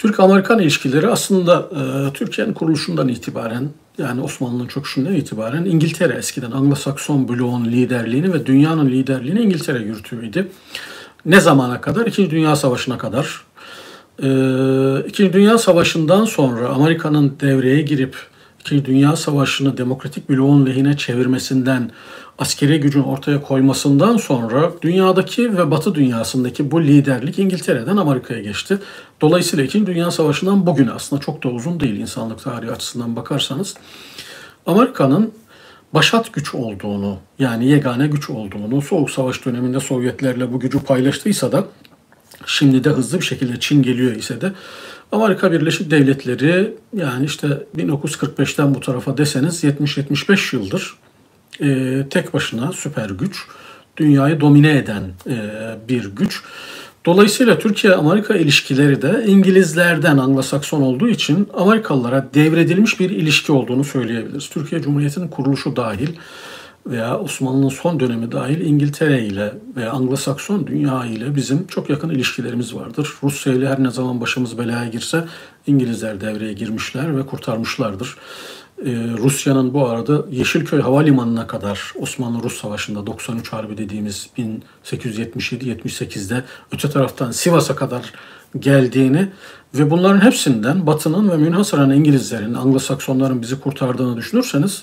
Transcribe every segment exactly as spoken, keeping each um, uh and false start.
Türk-Amerikan ilişkileri aslında e, Türkiye'nin kuruluşundan itibaren, yani Osmanlı'nın çöküşünden itibaren İngiltere, eskiden Anglo-Sakson bloğun liderliğini ve dünyanın liderliğini İngiltere yürütüyordu. Ne zamana kadar? İkinci Dünya Savaşı'na kadar. E, İkinci Dünya Savaşı'ndan sonra Amerika'nın devreye girip İkinci Dünya Savaşı'nı demokratik bloğun lehine çevirmesinden, askeri gücün ortaya koymasından sonra dünyadaki ve Batı dünyasındaki bu liderlik İngiltere'den Amerika'ya geçti. Dolayısıyla İkinci Dünya Savaşı'ndan bugüne, aslında çok da uzun değil insanlık tarihi açısından bakarsanız, Amerika'nın başat güç olduğunu, yani yegane güç olduğunu, Soğuk Savaş döneminde Sovyetlerle bu gücü paylaştıysa da, şimdi de hızlı bir şekilde Çin geliyor ise de, Amerika Birleşik Devletleri, yani işte bin dokuz yüz kırk beşten bu tarafa deseniz yetmiş yetmiş beş yıldır e, tek başına süper güç, dünyayı domine eden e, bir güç. Dolayısıyla Türkiye-Amerika ilişkileri de İngilizlerden Anglo-Sakson olduğu için Amerikalılara devredilmiş bir ilişki olduğunu söyleyebiliriz. Türkiye Cumhuriyeti'nin kuruluşu dahil veya Osmanlı'nın son dönemi dahil İngiltere ile veya Anglo-Sakson dünya ile bizim çok yakın ilişkilerimiz vardır. Rusya ile her ne zaman başımız belaya girse İngilizler devreye girmişler ve kurtarmışlardır. Ee, Rusya'nın bu arada Yeşilköy Havalimanı'na kadar Osmanlı-Rus Savaşı'nda doksan üç Harbi dediğimiz bin sekiz yüz yetmiş yedi yetmiş sekizde öte taraftan Sivas'a kadar geldiğini ve bunların hepsinden Batı'nın ve münhasıran İngilizlerin, Anglo-Saksonların bizi kurtardığını düşünürseniz,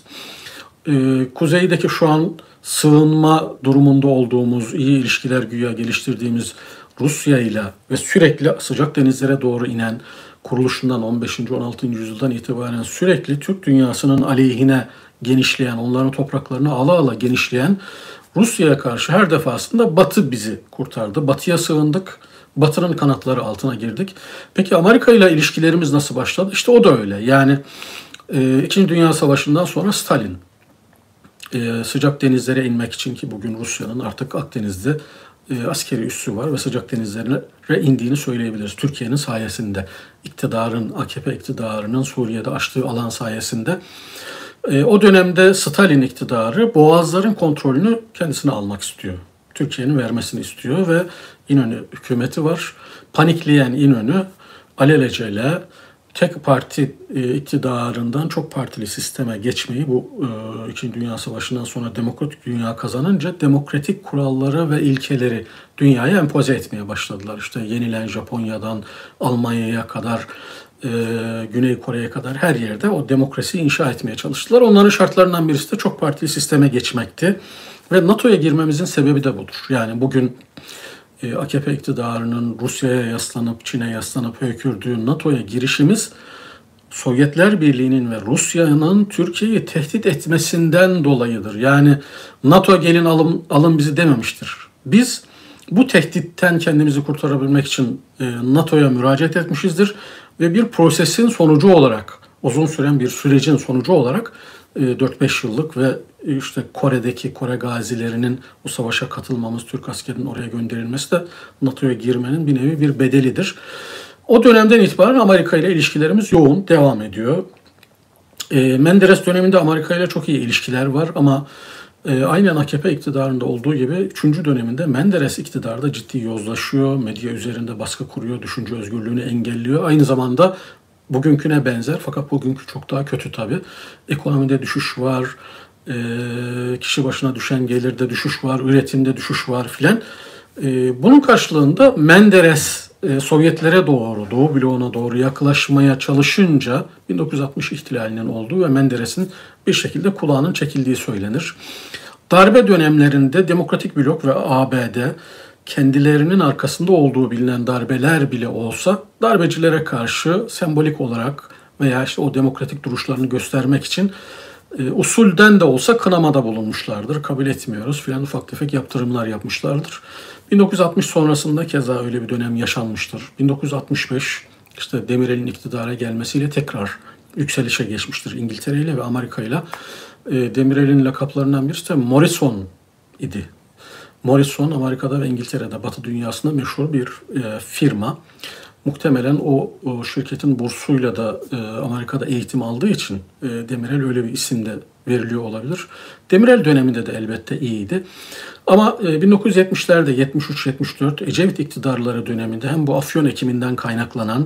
Ee, kuzeydeki şu an sığınma durumunda olduğumuz, iyi ilişkiler güya geliştirdiğimiz Rusya ile ve sürekli sıcak denizlere doğru inen, kuruluşundan on beşinci on altıncı yüzyıldan itibaren sürekli Türk dünyasının aleyhine genişleyen, onların topraklarını ala ala genişleyen Rusya'ya karşı her defasında Batı bizi kurtardı. Batı'ya sığındık, Batı'nın kanatları altına girdik. Peki Amerika ile ilişkilerimiz nasıl başladı? İşte o da öyle. Yani e, İkinci Dünya Savaşı'ndan sonra Stalin Ee, sıcak denizlere inmek için, ki bugün Rusya'nın artık Akdeniz'de e, askeri üssü var ve sıcak denizlere indiğini söyleyebiliriz. Türkiye'nin sayesinde, iktidarın, A K P iktidarının Suriye'de açtığı alan sayesinde. E, o dönemde Stalin iktidarı Boğazların kontrolünü kendisine almak istiyor. Türkiye'nin vermesini istiyor ve İnönü hükümeti var. Panikleyen İnönü alelacele tek parti e, iktidarından çok partili sisteme geçmeyi, bu e, İkinci Dünya Savaşı'ndan sonra demokratik dünya kazanınca demokratik kuralları ve ilkeleri dünyaya empoze etmeye başladılar. İşte yenilen Japonya'dan Almanya'ya kadar, e, Güney Kore'ye kadar her yerde o demokrasiyi inşa etmeye çalıştılar. Onların şartlarından birisi de çok partili sisteme geçmekti. Ve NATO'ya girmemizin sebebi de budur. Yani bugün A K P iktidarının Rusya'ya yaslanıp, Çin'e yaslanıp höykürdüğü NATO'ya girişimiz, Sovyetler Birliği'nin ve Rusya'nın Türkiye'yi tehdit etmesinden dolayıdır. Yani NATO gelin alın, alın bizi dememiştir. Biz bu tehditten kendimizi kurtarabilmek için NATO'ya müracaat etmişizdir ve bir prosesin sonucu olarak, uzun süren bir sürecin sonucu olarak dört beş yıllık ve işte Kore'deki Kore gazilerinin o savaşa katılmamız, Türk askerinin oraya gönderilmesi de NATO'ya girmenin bir nevi bir bedelidir. O dönemden itibaren Amerika ile ilişkilerimiz yoğun devam ediyor. E, Menderes döneminde Amerika ile çok iyi ilişkiler var ama e, aynen A K P iktidarında olduğu gibi üçüncü döneminde Menderes iktidarda ciddi yozlaşıyor, medya üzerinde baskı kuruyor, düşünce özgürlüğünü engelliyor. Aynı zamanda bugünküne benzer, fakat bugünkü çok daha kötü tabii. Ekonomide düşüş var, e, kişi başına düşen gelirde düşüş var, üretimde düşüş var filan. E, bunun karşılığında Menderes e, Sovyetlere doğru, Doğu bloğuna doğru yaklaşmaya çalışınca bin dokuz yüz altmış ihtilalinin olduğu ve Menderes'in bir şekilde kulağının çekildiği söylenir. Darbe dönemlerinde Demokratik Blok ve A B D kendilerinin arkasında olduğu bilinen darbeler bile olsa darbecilere karşı sembolik olarak veya işte o demokratik duruşlarını göstermek için e, usulden de olsa kınamada bulunmuşlardır. Kabul etmiyoruz filan, ufak tefek yaptırımlar yapmışlardır. bin dokuz yüz altmış sonrasında keza öyle bir dönem yaşanmıştır. bin dokuz yüz altmış beş işte Demirel'in iktidara gelmesiyle tekrar yükselişe geçmiştir İngiltere ile ve Amerika ile. E, Demirel'in lakaplarından birisi de Morrison idi. Morrison Amerika'da ve İngiltere'de, Batı dünyasında meşhur bir e, firma. Muhtemelen o, o şirketin bursuyla da e, Amerika'da eğitim aldığı için e, Demirel öyle bir isim de veriliyor olabilir. Demirel döneminde de elbette iyiydi. Ama e, bin dokuz yüz yetmişlerde, yetmiş üç yetmiş dört Ecevit iktidarları döneminde hem bu afyon ekiminden kaynaklanan,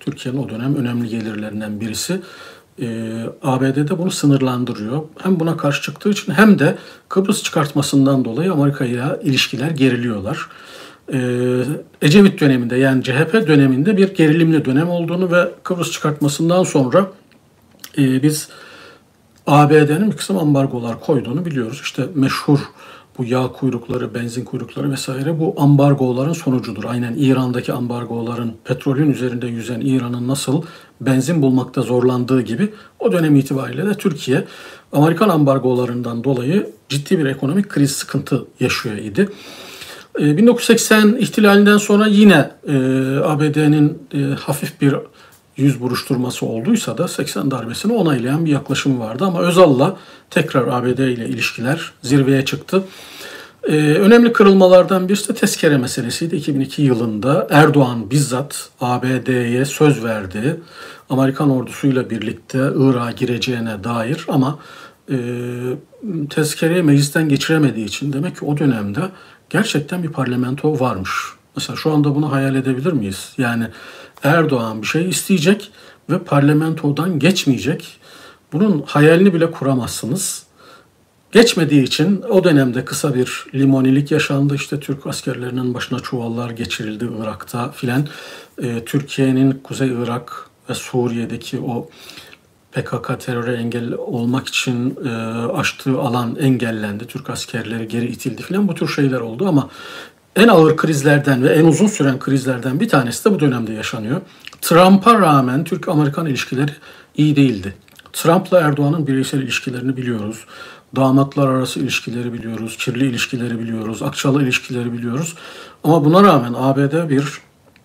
Türkiye'nin o dönem önemli gelirlerinden birisi. Ee, A B D'de bunu sınırlandırıyor. Hem buna karşı çıktığı için hem de Kıbrıs çıkartmasından dolayı Amerika ile ilişkiler geriliyorlar. Ee, Ecevit döneminde, yani C H P döneminde bir gerilimli dönem olduğunu ve Kıbrıs çıkartmasından sonra e, biz A B D'nin bir kısım ambargolar koyduğunu biliyoruz. İşte meşhur bu yağ kuyrukları, benzin kuyrukları vesaire bu ambargoların sonucudur. Aynen İran'daki ambargoların, petrolün üzerinde yüzen İran'ın nasıl benzin bulmakta zorlandığı gibi o dönem itibariyle de Türkiye Amerikan ambargolarından dolayı ciddi bir ekonomik kriz, sıkıntı yaşıyor idi. bin dokuz yüz seksen ihtilalinden sonra yine e, A B D'nin e, hafif bir yüz buruşturması olduysa da seksen darbesini onaylayan bir yaklaşım vardı. Ama Özal'la tekrar A B D ile ilişkiler zirveye çıktı. Ee, önemli kırılmalardan birisi de tezkere meselesiydi. iki bin iki yılında Erdoğan bizzat A B D'ye söz verdi. Amerikan ordusuyla birlikte Irak'a gireceğine dair ama e, tezkereyi meclisten geçiremediği için demek ki o dönemde gerçekten bir parlamento varmış. Mesela şu anda bunu hayal edebilir miyiz? Yani Erdoğan bir şey isteyecek ve parlamentodan geçmeyecek. Bunun hayalini bile kuramazsınız. Geçmediği için o dönemde kısa bir limonilik yaşandı. İşte Türk askerlerinin başına çuvallar geçirildi Irak'ta filan. Ee, Türkiye'nin Kuzey Irak ve Suriye'deki o P K K teröre engel olmak için e, açtığı alan engellendi. Türk askerleri geri itildi filan. Bu tür şeyler oldu ama en ağır krizlerden ve en uzun süren krizlerden bir tanesi de bu dönemde yaşanıyor. Trump'a rağmen Türk-Amerikan ilişkileri iyi değildi. Trump'la Erdoğan'ın bireysel ilişkilerini biliyoruz. Damatlar arası ilişkileri biliyoruz. Kirli ilişkileri biliyoruz. Akçalı ilişkileri biliyoruz. Ama buna rağmen A B D bir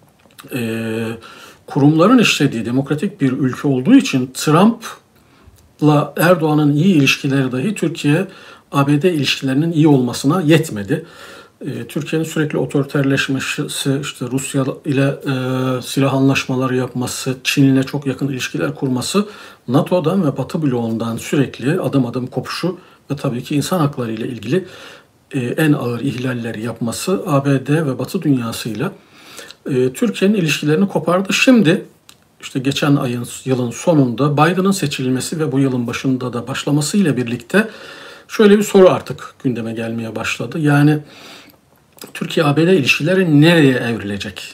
e, kurumların işlediği demokratik bir ülke olduğu için Trump'la Erdoğan'ın iyi ilişkileri dahi Türkiye-A B D ilişkilerinin iyi olmasına yetmedi. Türkiye'nin sürekli otoriterleşmesi, işte Rusya ile e, silah anlaşmaları yapması, Çin ile çok yakın ilişkiler kurması, NATO'dan ve Batı bloğundan sürekli adım adım kopuşu ve tabii ki insan hakları ile ilgili e, en ağır ihlalleri yapması A B D ve Batı dünyasıyla e, Türkiye'nin ilişkilerini kopardı. Şimdi işte geçen ayın yılın sonunda Biden'ın seçilmesi ve bu yılın başında da başlamasıyla birlikte şöyle bir soru artık gündeme gelmeye başladı. Yani Türkiye-A B D ilişkileri nereye evrilecek?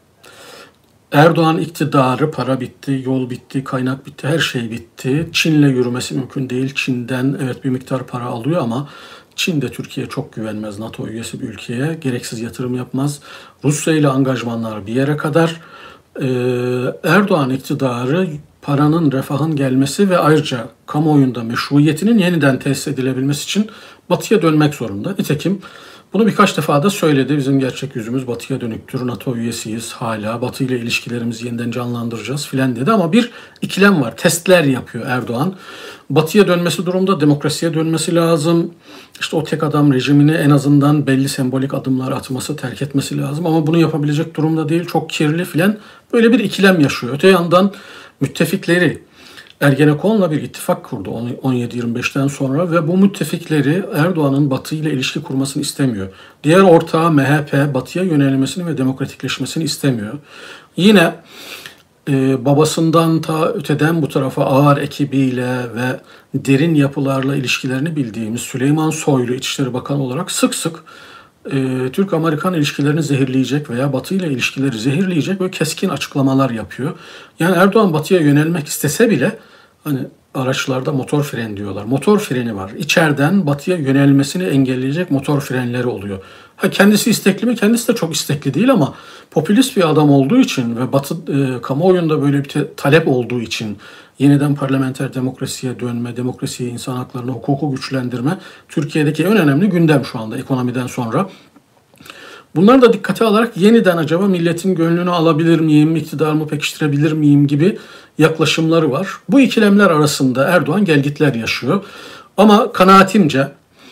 Erdoğan iktidarı, para bitti, yol bitti, kaynak bitti, her şey bitti. Çin'le yürümesi mümkün değil. Çin'den evet bir miktar para alıyor ama Çin de Türkiye'ye çok güvenmez. NATO üyesi bir ülkeye gereksiz yatırım yapmaz. Rusya ile angajmanlar bir yere kadar. Ee, Erdoğan iktidarı paranın, refahın gelmesi ve ayrıca kamuoyunda meşruiyetinin yeniden tesis edilebilmesi için Batı'ya dönmek zorunda. Nitekim bunu birkaç defa da söyledi. Bizim gerçek yüzümüz Batı'ya dönüktür. NATO üyesiyiz hala. Batı ile ilişkilerimizi yeniden canlandıracağız filan dedi. Ama bir ikilem var. Testler yapıyor Erdoğan. Batı'ya dönmesi durumda demokrasiye dönmesi lazım. İşte o tek adam rejimini en azından belli sembolik adımlar atması, terk etmesi lazım. Ama bunu yapabilecek durumda değil. Çok kirli filan. Böyle bir ikilem yaşıyor. Öte yandan müttefikleri Ergenekon'la bir ittifak kurdu on yedi yirmi beşten sonra ve bu müttefikleri Erdoğan'ın Batı ile ilişki kurmasını istemiyor. Diğer ortağı M H P Batı'ya yönelmesini ve demokratikleşmesini istemiyor. Yine e, babasından ta öteden bu tarafa ağır ekibiyle ve derin yapılarla ilişkilerini bildiğimiz Süleyman Soylu İçişleri Bakanı olarak sık sık e, Türk-Amerikan ilişkilerini zehirleyecek veya Batı ile ilişkileri zehirleyecek böyle keskin açıklamalar yapıyor. Yani Erdoğan Batı'ya yönelmek istese bile hani araçlarda motor fren diyorlar. Motor freni var. İçeriden Batı'ya yönelmesini engelleyecek motor frenleri oluyor. Ha kendisi istekli mi? Kendisi de çok istekli değil ama popülist bir adam olduğu için ve Batı e, kamuoyunda böyle bir te- talep olduğu için yeniden parlamenter demokrasiye dönme, demokrasiyi, insan haklarını, hukuku güçlendirme Türkiye'deki en önemli gündem şu anda ekonomiden sonra. Bunları da dikkate alarak yeniden acaba milletin gönlünü alabilir miyim, iktidarımı pekiştirebilir miyim gibi yaklaşımları var. Bu ikilemler arasında Erdoğan gelgitler yaşıyor. Ama kanaatimce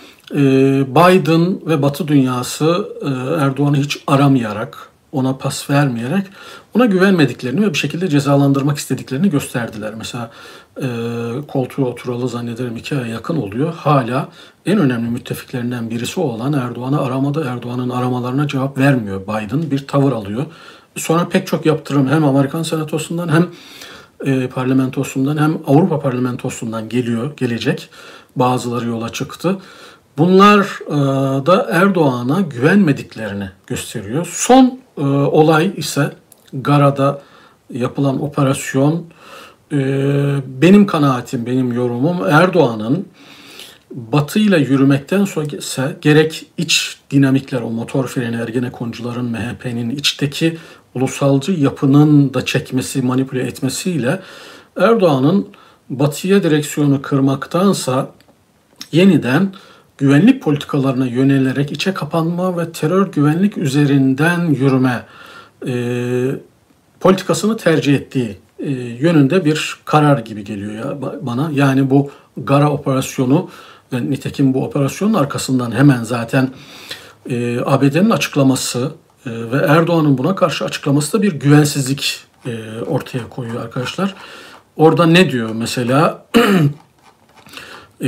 Biden ve Batı dünyası Erdoğan'ı hiç aramayarak, ona pas vermeyerek ona güvenmediklerini ve bir şekilde cezalandırmak istediklerini gösterdiler. Mesela e, koltuğa oturalı zannederim iki aya yakın oluyor. Hala en önemli müttefiklerinden birisi olan Erdoğan'ı aramada, Erdoğan'ın aramalarına cevap vermiyor Biden. Bir tavır alıyor. sonra pek çok yaptırım hem Amerikan Senatosu'ndan hem e, parlamentosundan hem Avrupa Parlamentosu'ndan geliyor, gelecek. Bazıları yola çıktı. Bunlar e, da Erdoğan'a güvenmediklerini gösteriyor. Son e, olay ise Gara'da yapılan operasyon. E, benim kanaatim, benim yorumum Erdoğan'ın Batı'yla yürümekten sonra gerek iç dinamikler, o motor freni, Ergenekoncuların, M H P'nin içteki ulusalcı yapının da çekmesi, manipüle etmesiyle Erdoğan'ın Batı'ya direksiyonu kırmaktansa yeniden güvenlik politikalarına yönelerek içe kapanma ve terör güvenlik üzerinden yürüme e, politikasını tercih ettiği e, yönünde bir karar gibi geliyor ya bana. Yani bu Gara operasyonu ve nitekim bu operasyonun arkasından hemen zaten e, A B D'nin açıklaması e, ve Erdoğan'ın buna karşı açıklaması da bir güvensizlik e, ortaya koyuyor arkadaşlar. Orada ne diyor mesela? e,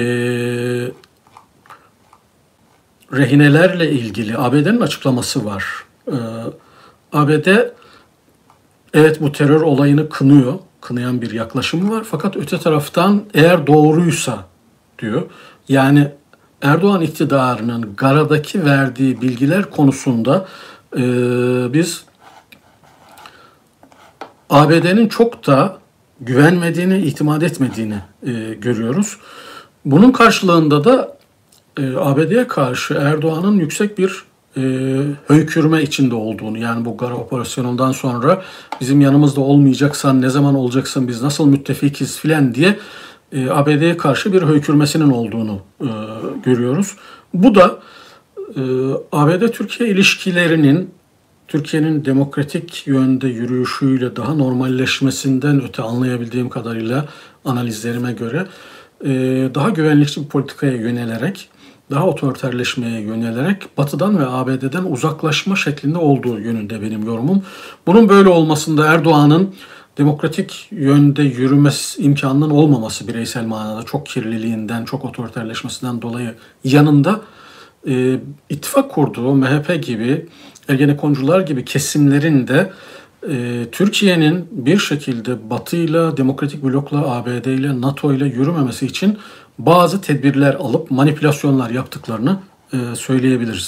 rehinelerle ilgili A B D'nin açıklaması var. E, A B D evet bu terör olayını kınıyor, kınayan bir yaklaşımı var. Fakat öte taraftan eğer doğruysa diyor, yani Erdoğan iktidarının Gara'daki verdiği bilgiler konusunda e, biz A B D'nin çok da güvenmediğini, itimat etmediğini e, görüyoruz. Bunun karşılığında da e, A B D'ye karşı Erdoğan'ın yüksek bir e, höykürme içinde olduğunu, yani bu Gara operasyonundan sonra bizim yanımızda olmayacaksan, ne zaman olacaksın, biz nasıl müttefikiz filan diye e, A B D'ye karşı bir höykürmesinin olduğunu e, görüyoruz. Bu da e, A B D-Türkiye ilişkilerinin Türkiye'nin demokratik yönde yürüyüşüyle daha normalleşmesinden öte, anlayabildiğim kadarıyla analizlerime göre e, daha güvenlikçi bir politikaya yönelerek, daha otoriterleşmeye yönelerek Batı'dan ve A B D'den uzaklaşma şeklinde olduğu yönünde benim yorumum. Bunun böyle olmasında Erdoğan'ın demokratik yönde yürümesi imkanının olmaması, bireysel manada çok kirliliğinden, çok otoriterleşmesinden dolayı yanında e, ittifak kurduğu M H P gibi, Ergenekoncular gibi kesimlerin de e, Türkiye'nin bir şekilde Batı'yla, demokratik blokla, A B D'yle, NATO'yla yürümemesi için bazı tedbirler alıp manipülasyonlar yaptıklarını e, söyleyebiliriz.